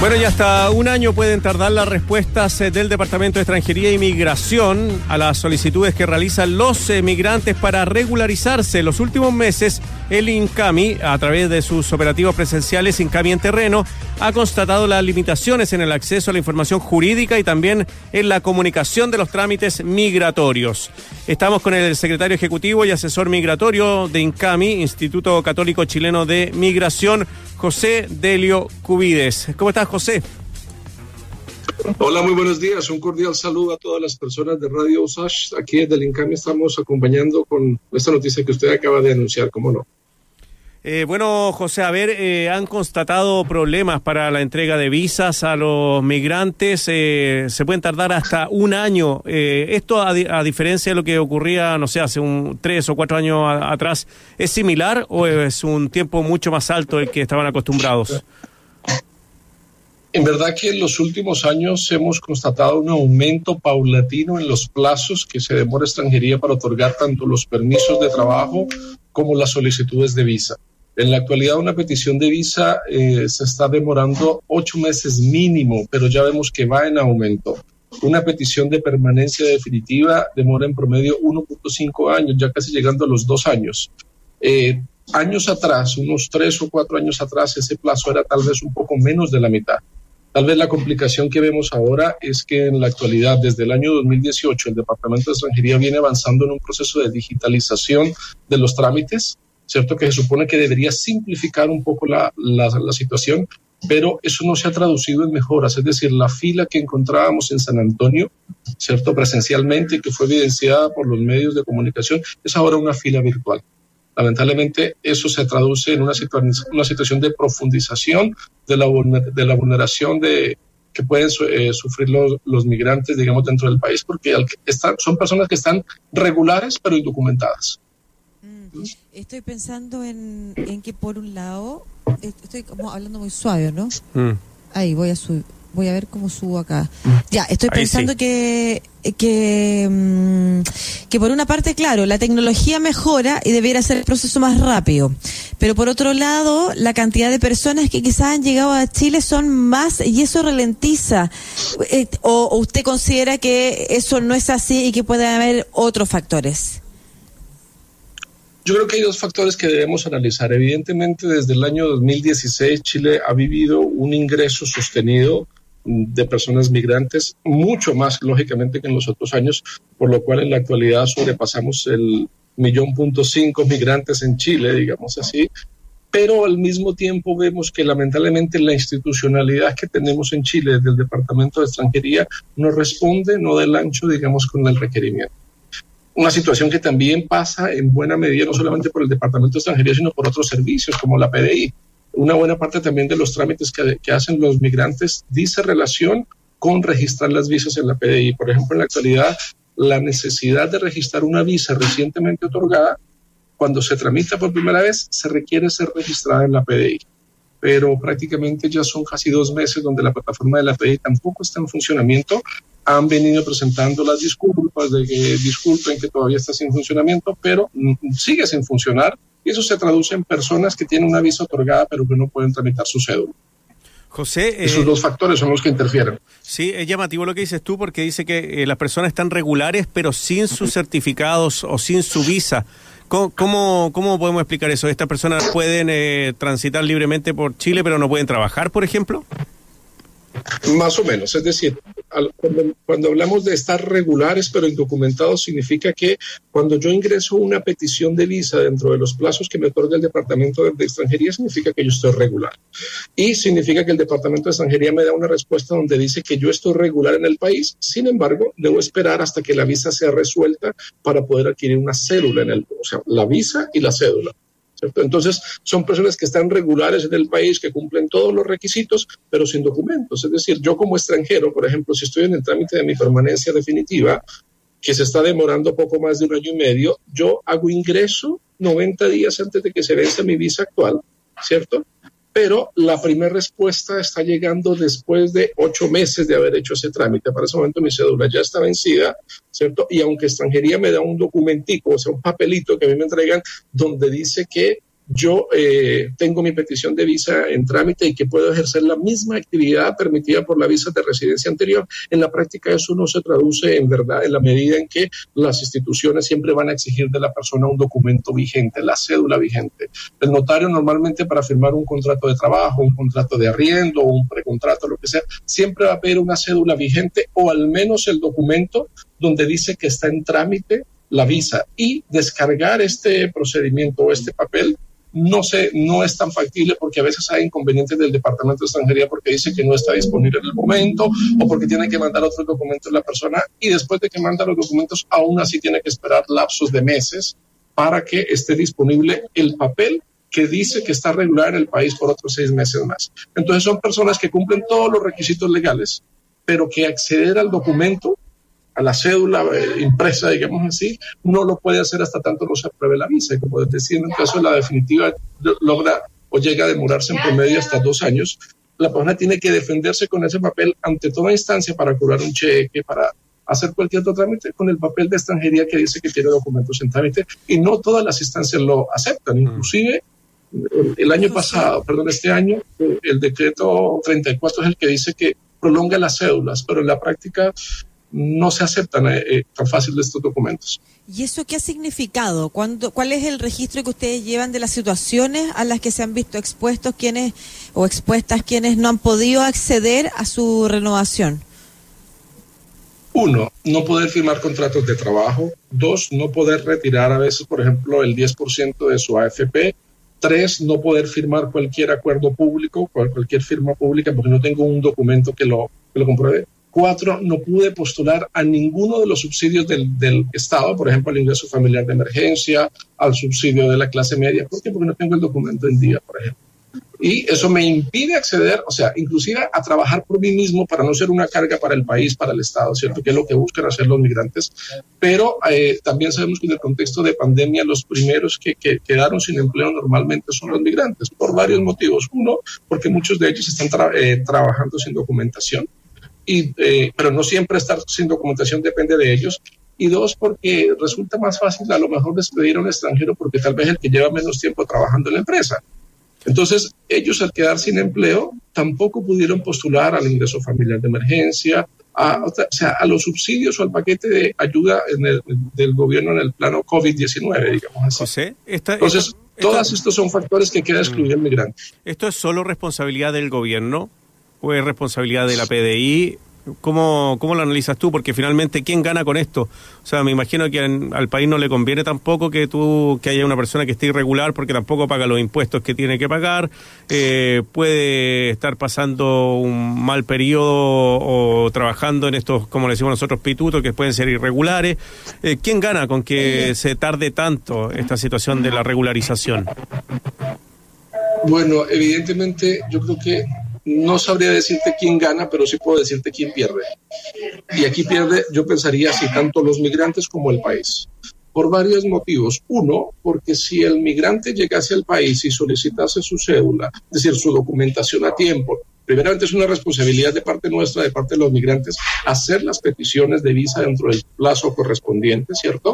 Bueno, y hasta un año pueden tardar las respuestas del Departamento de Extranjería y Migración a las solicitudes que realizan los migrantes para regularizarse. En los últimos meses, el INCAMI, a través de sus operativos presenciales INCAMI en terreno, ha constatado las limitaciones en el acceso a la información jurídica y también en la comunicación de los trámites migratorios. Estamos con el secretario ejecutivo y asesor migratorio de INCAMI, Instituto Católico Chileno de Migración, José Delio Cubides. ¿Cómo estás, José? Hola, muy buenos días. Un cordial saludo a todas las personas de Radio USACH. Aquí desde el INCAMI estamos acompañando con esta noticia que usted acaba de anunciar, ¿cómo no? Bueno, José, a ver, han constatado problemas para la entrega de visas a los migrantes. Se pueden tardar hasta un año. Esto, a diferencia de lo que ocurría, no sé, hace 3 o 4 años atrás, ¿es similar o es un tiempo mucho más alto del que estaban acostumbrados? En verdad que en los últimos años hemos constatado un aumento paulatino en los plazos que se demora extranjería para otorgar tanto los permisos de trabajo como las solicitudes de visa. En la actualidad una petición de visa se está demorando 8 meses mínimo, pero ya vemos que va en aumento. Una petición de permanencia definitiva demora en promedio 1.5 años, ya casi llegando a los 2 años. Años atrás, unos 3 o 4 años atrás, ese plazo era tal vez un poco menos de la mitad. Tal vez la complicación que vemos ahora es que en la actualidad, desde el año 2018, el Departamento de Extranjería viene avanzando en un proceso de digitalización de los trámites, ¿cierto? Que se supone que debería simplificar un poco la situación, pero eso no se ha traducido en mejoras. Es decir, la fila que encontrábamos en San Antonio, ¿cierto? Presencialmente, que fue evidenciada por los medios de comunicación, es ahora una fila virtual. Lamentablemente, eso se traduce en una situación de profundización de la vulneración que pueden sufrir los migrantes, digamos, dentro del país, porque son personas que están regulares pero indocumentadas. Estoy pensando en que, por un lado, estoy como hablando muy suave, ¿no? Ahí voy a ver cómo subo acá. Ya, estoy pensando que por una parte, claro, la tecnología mejora y debiera ser el proceso más rápido, pero por otro lado, la cantidad de personas que quizás han llegado a Chile son más y eso ralentiza. ¿O usted considera que eso no es así y que puede haber otros factores? Yo creo que hay 2 factores que debemos analizar. Evidentemente, desde el año 2016, Chile ha vivido un ingreso sostenido de personas migrantes, mucho más, lógicamente, que en los otros años, por lo cual en la actualidad sobrepasamos el 1.5 million migrantes en Chile, digamos así, pero al mismo tiempo vemos que lamentablemente la institucionalidad que tenemos en Chile desde el Departamento de Extranjería no responde, no del ancho, digamos, con el requerimiento. Una situación que también pasa en buena medida no solamente por el Departamento de Extranjería, sino por otros servicios como la PDI. Una buena parte también de los trámites que hacen los migrantes dice relación con registrar las visas en la PDI. Por ejemplo, en la actualidad, la necesidad de registrar una visa recientemente otorgada, cuando se tramita por primera vez, se requiere ser registrada en la PDI. Pero prácticamente ya son casi 2 meses donde la plataforma de la PDI tampoco está en funcionamiento. Han venido presentando las disculpas de que disculpen que todavía está sin funcionamiento, pero sigue sin funcionar. Y eso se traduce en personas que tienen una visa otorgada pero que no pueden tramitar su cédula. José, esos 2 factores son los que interfieren. Sí, es llamativo lo que dices tú, porque dice que las personas están regulares pero sin sus certificados o sin su visa. ¿Cómo podemos explicar eso? ¿Estas personas pueden transitar libremente por Chile pero no pueden trabajar, por ejemplo? Más o menos, es decir, cuando hablamos de estar regulares pero indocumentados, significa que cuando yo ingreso una petición de visa dentro de los plazos que me otorga el Departamento de Extranjería, significa que yo estoy regular. Y significa que el Departamento de Extranjería me da una respuesta donde dice que yo estoy regular en el país. Sin embargo, debo esperar hasta que la visa sea resuelta para poder adquirir una cédula o sea, la visa y la cédula. ¿Cierto? Entonces, son personas que están regulares en el país, que cumplen todos los requisitos, pero sin documentos. Es decir, yo como extranjero, por ejemplo, si estoy en el trámite de mi permanencia definitiva, que se está demorando poco más de 1 año y medio, yo hago ingreso 90 días antes de que se vence mi visa actual, ¿cierto? Pero la primera respuesta está llegando después de 8 meses de haber hecho ese trámite. Para ese momento mi cédula ya está vencida, ¿cierto? Y aunque Extranjería me da un documentico, o sea, un papelito que a mí me entregan donde dice que yo tengo mi petición de visa en trámite y que puedo ejercer la misma actividad permitida por la visa de residencia anterior. En la práctica eso no se traduce en verdad en la medida en que las instituciones siempre van a exigir de la persona un documento vigente, la cédula vigente. El notario normalmente para firmar un contrato de trabajo, un contrato de arriendo, un precontrato, lo que sea, siempre va a pedir una cédula vigente o al menos el documento donde dice que está en trámite la visa, y descargar este procedimiento o este papel no es tan factible porque a veces hay inconvenientes del Departamento de Extranjería porque dice que no está disponible en el momento o porque tiene que mandar otros documentos la persona, y después de que manda los documentos aún así tiene que esperar lapsos de meses para que esté disponible el papel que dice que está regular en el país por otros 6 meses más. Entonces son personas que cumplen todos los requisitos legales, pero que acceder al documento, a la cédula impresa, digamos así, no lo puede hacer hasta tanto no se apruebe la visa. Y como les decía, en el caso de la definitiva logra o llega a demorarse en promedio hasta 2 años, la persona tiene que defenderse con ese papel ante toda instancia para cobrar un cheque, para hacer cualquier otro trámite con el papel de extranjería que dice que tiene documentos en trámite, y no todas las instancias lo aceptan. Inclusive este año, el decreto 34 es el que dice que prolonga las cédulas, pero en la práctica no se aceptan tan fácil de estos documentos. ¿Y eso qué ha significado? ¿Cuál es el registro que ustedes llevan de las situaciones a las que se han visto expuestos quienes no han podido acceder a su renovación? 1, no poder firmar contratos de trabajo. 2, no poder retirar a veces, por ejemplo, el 10% de su AFP. 3, no poder firmar cualquier acuerdo público, cualquier firma pública, porque no tengo un documento que lo compruebe. 4, no pude postular a ninguno de los subsidios del Estado, por ejemplo, al ingreso familiar de emergencia, al subsidio de la clase media. ¿Por qué? Porque no tengo el documento en día, por ejemplo. Y eso me impide acceder, o sea, inclusive a trabajar por mí mismo para no ser una carga para el país, para el Estado, ¿cierto? Que es lo que buscan hacer los migrantes. Pero también sabemos que en el contexto de pandemia los primeros que quedaron sin empleo normalmente son los migrantes, por varios motivos. 1, porque muchos de ellos están trabajando sin documentación. Pero no siempre estar sin documentación depende de ellos. Y 2, porque resulta más fácil a lo mejor despedir a un extranjero porque tal vez el que lleva menos tiempo trabajando en la empresa. Entonces, ellos al quedar sin empleo tampoco pudieron postular al ingreso familiar de emergencia, a los subsidios o al paquete de ayuda del gobierno en el plano COVID-19, digamos así. José, todos estos son factores que queda excluir al migrante. ¿Esto es solo responsabilidad del gobierno o es responsabilidad de la PDI? ¿Cómo lo analizas tú? Porque finalmente, ¿quién gana con esto? O sea, me imagino que al país no le conviene tampoco que haya una persona que esté irregular porque tampoco paga los impuestos que tiene que pagar, puede estar pasando un mal periodo o trabajando en estos, como le decimos nosotros, pitutos, que pueden ser irregulares. ¿Quién gana con que se tarde tanto esta situación de la regularización? Bueno, evidentemente yo creo que no sabría decirte quién gana, pero sí puedo decirte quién pierde. Y aquí pierde, yo pensaría así, tanto los migrantes como el país. Por varios motivos. 1, porque si el migrante llegase al país y solicitase su cédula, es decir, su documentación a tiempo, primeramente es una responsabilidad de parte nuestra, de parte de los migrantes, hacer las peticiones de visa dentro del plazo correspondiente, ¿cierto?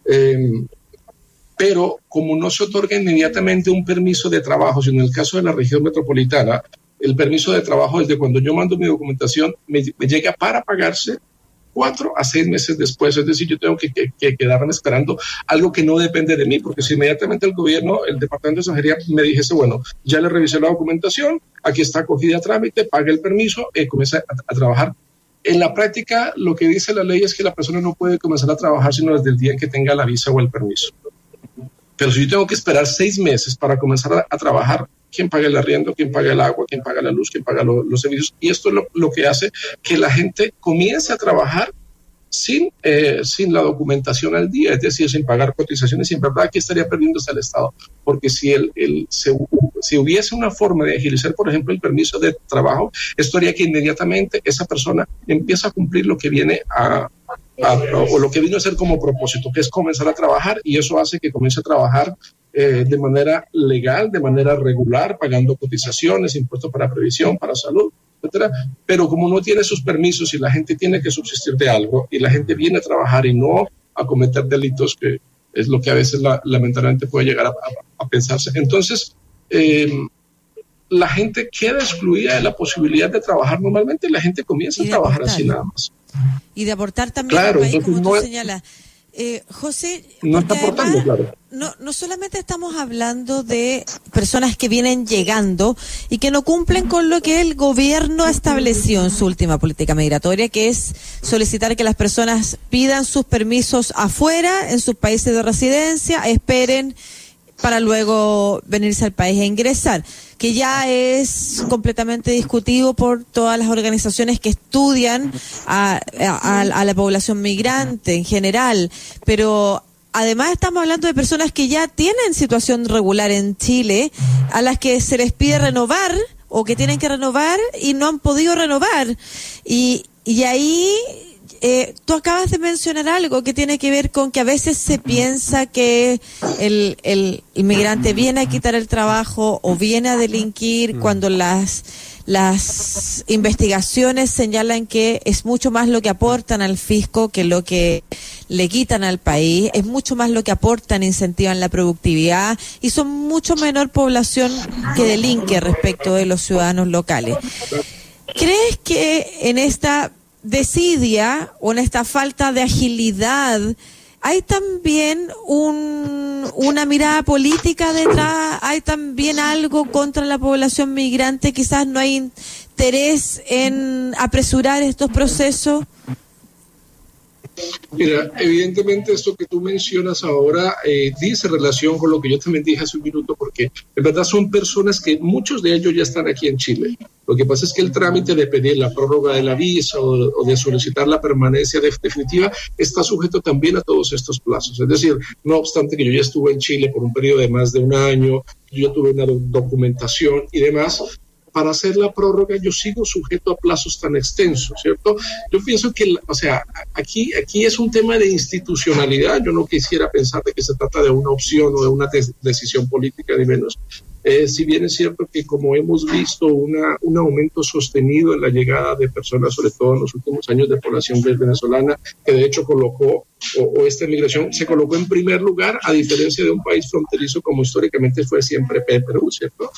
Pero como no se otorga inmediatamente un permiso de trabajo, sino en el caso de la región metropolitana, el permiso de trabajo desde cuando yo mando mi documentación me llega para pagarse 4 a 6 meses después. Es decir, yo tengo que quedarme esperando algo que no depende de mí, porque si inmediatamente el gobierno, el Departamento de Extranjería me dijese, bueno, ya le revisé la documentación, aquí está acogida a trámite, pague el permiso, comienza a trabajar. En la práctica, lo que dice la ley es que la persona no puede comenzar a trabajar sino desde el día en que tenga la visa o el permiso. Pero si yo tengo que esperar 6 meses para comenzar a trabajar, ¿quién paga el arriendo? ¿Quién paga el agua? ¿Quién paga la luz? ¿Quién paga los servicios? Y esto es lo que hace que la gente comience a trabajar sin la documentación al día, es decir, sin pagar cotizaciones. Y en verdad aquí estaría perdiéndose el Estado, porque si hubiese una forma de agilizar, por ejemplo, el permiso de trabajo, esto haría que inmediatamente esa persona empieza a cumplir lo que viene o lo que vino a ser como propósito, que es comenzar a trabajar, y eso hace que comience a trabajar de manera legal, de manera regular, pagando cotizaciones, impuestos para previsión, para salud, etcétera. Pero como no tiene sus permisos y la gente tiene que subsistir de algo y la gente viene a trabajar y no a cometer delitos, que es lo que a veces lamentablemente puede llegar a pensarse. Entonces, la gente queda excluida de la posibilidad de trabajar normalmente y la gente comienza a trabajar así nada más. Y de aportar también al país, como tú señalas. José, no está aportando, claro. No solamente estamos hablando de personas que vienen llegando y que no cumplen con lo que el gobierno estableció en su última política migratoria, que es solicitar que las personas pidan sus permisos afuera, en sus países de residencia, esperen para luego venirse al país e ingresar, que ya es completamente discutido por todas las organizaciones que estudian a la población migrante en general, pero además estamos hablando de personas que ya tienen situación regular en Chile, a las que se les pide renovar o que tienen que renovar y no han podido renovar, y ahí tú acabas de mencionar algo que tiene que ver con que a veces se piensa que el inmigrante viene a quitar el trabajo o viene a delinquir, cuando las investigaciones señalan que es mucho más lo que aportan al fisco que lo que le quitan al país, es mucho más lo que aportan, incentivan la productividad y son mucho menor población que delinque respecto de los ciudadanos locales. ¿Crees que en esta desidia o en esta falta de agilidad hay también una mirada política detrás? ¿Hay también algo contra la población migrante? Quizás no hay interés en apresurar estos procesos. Mira, evidentemente esto que tú mencionas ahora dice relación con lo que yo también dije hace un minuto, porque en verdad son personas que muchos de ellos ya están aquí en Chile. Lo que pasa es que el trámite de pedir la prórroga de la visa o de solicitar la permanencia definitiva está sujeto también a todos estos plazos. Es decir, no obstante que yo ya estuve en Chile por un periodo de más de un año, yo ya tuve una documentación y demás, para hacer la prórroga yo sigo sujeto a plazos tan extensos, ¿cierto? Yo pienso que, aquí es un tema de institucionalidad. Yo no quisiera pensar de que se trata de una opción o de una decisión política, ni menos. Si bien es cierto que como hemos visto un aumento sostenido en la llegada de personas, sobre todo en los últimos años, de población venezolana, que de hecho colocó, o esta migración se colocó en primer lugar, a diferencia de un país fronterizo como históricamente fue siempre Perú, ¿cierto?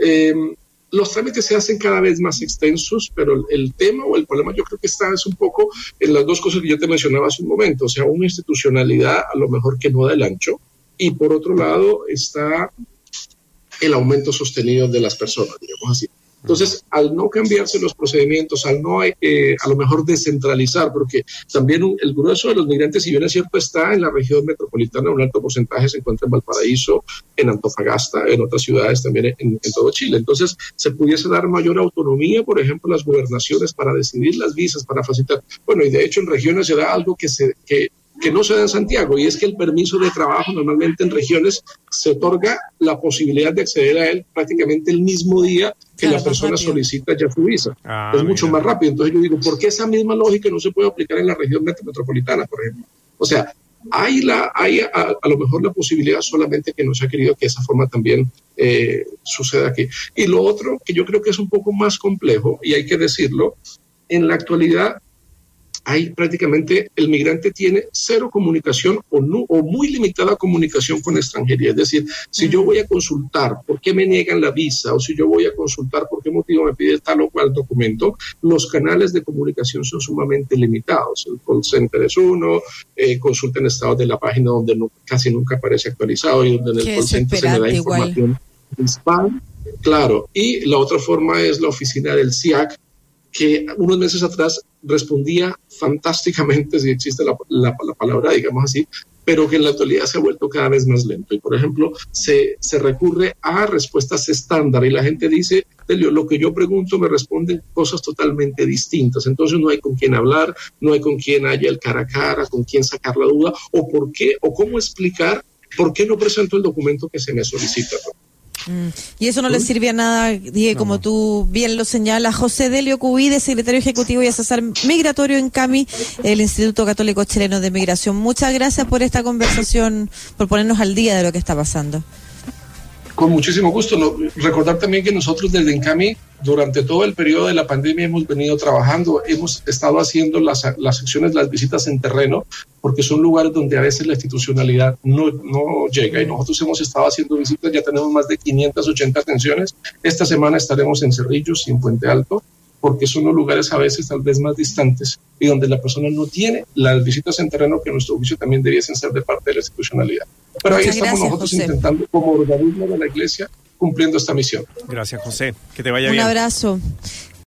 Los trámites se hacen cada vez más extensos, pero el tema o el problema yo creo que está es un poco en las dos cosas que yo te mencionaba hace un momento, o sea, una institucionalidad a lo mejor que no da el ancho, y por otro lado está el aumento sostenido de las personas, digamos así. Entonces, al no cambiarse los procedimientos, al no a lo mejor descentralizar, porque también el grueso de los migrantes, si bien es cierto, está en la región metropolitana, un alto porcentaje se encuentra en Valparaíso, en Antofagasta, en otras ciudades también en todo Chile. Entonces, se pudiese dar mayor autonomía, por ejemplo, a las gobernaciones para decidir las visas, para facilitar. Bueno, y de hecho en regiones se da algo que no se da en Santiago, y es que el permiso de trabajo normalmente en regiones se otorga la posibilidad de acceder a él prácticamente el mismo día que la persona solicita ya su visa. Es mucho más rápido. Entonces yo digo, ¿por qué esa misma lógica no se puede aplicar en la región metropolitana, por ejemplo? O sea, hay a lo mejor la posibilidad, solamente que no se ha querido que esa forma también suceda aquí. Y lo otro, que yo creo que es un poco más complejo, y hay que decirlo, en la actualidad hay prácticamente, el migrante tiene cero comunicación o muy limitada comunicación con extranjería. Es decir, si yo voy a consultar por qué me niegan la visa, o si yo voy a consultar por qué motivo me pide tal o cual documento, los canales de comunicación son sumamente limitados. El call center es uno, consulta en estados de la página donde casi nunca aparece actualizado, y donde en el call center se me da información en spam. Claro, y la otra forma es la oficina del SIAC, que unos meses atrás respondía fantásticamente, si existe la palabra, digamos así, pero que en la actualidad se ha vuelto cada vez más lento. Y, por ejemplo, se recurre a respuestas estándar, y la gente dice, lo que yo pregunto me responden cosas totalmente distintas. Entonces no hay con quién hablar, no hay con quién haya el cara a cara, con quién sacar la duda, o por qué, o cómo explicar por qué no presento el documento que se me solicita. Y eso no le sirve a nada, dije, como tú bien lo señalas. José Delio Cubide, secretario ejecutivo y asesor migratorio en CAMI, el Instituto Católico Chileno de Migración. Muchas gracias por esta conversación, por ponernos al día de lo que está pasando. Con muchísimo gusto. Recordar también que nosotros desde INCAMI, durante todo el periodo de la pandemia, hemos venido trabajando, hemos estado haciendo las acciones, las visitas en terreno, porque son lugares donde a veces la institucionalidad no llega, y nosotros hemos estado haciendo visitas, ya tenemos más de 580 atenciones. Esta semana estaremos en Cerrillos y en Puente Alto, porque son los lugares a veces tal vez más distantes y donde la persona no tiene las visitas en terreno que a nuestro juicio también debiesen ser de parte de la institucionalidad. Pero ahí estamos nosotros, José, intentando como organismo de la Iglesia cumpliendo esta misión. Gracias, José. Que te vaya bien. Un abrazo.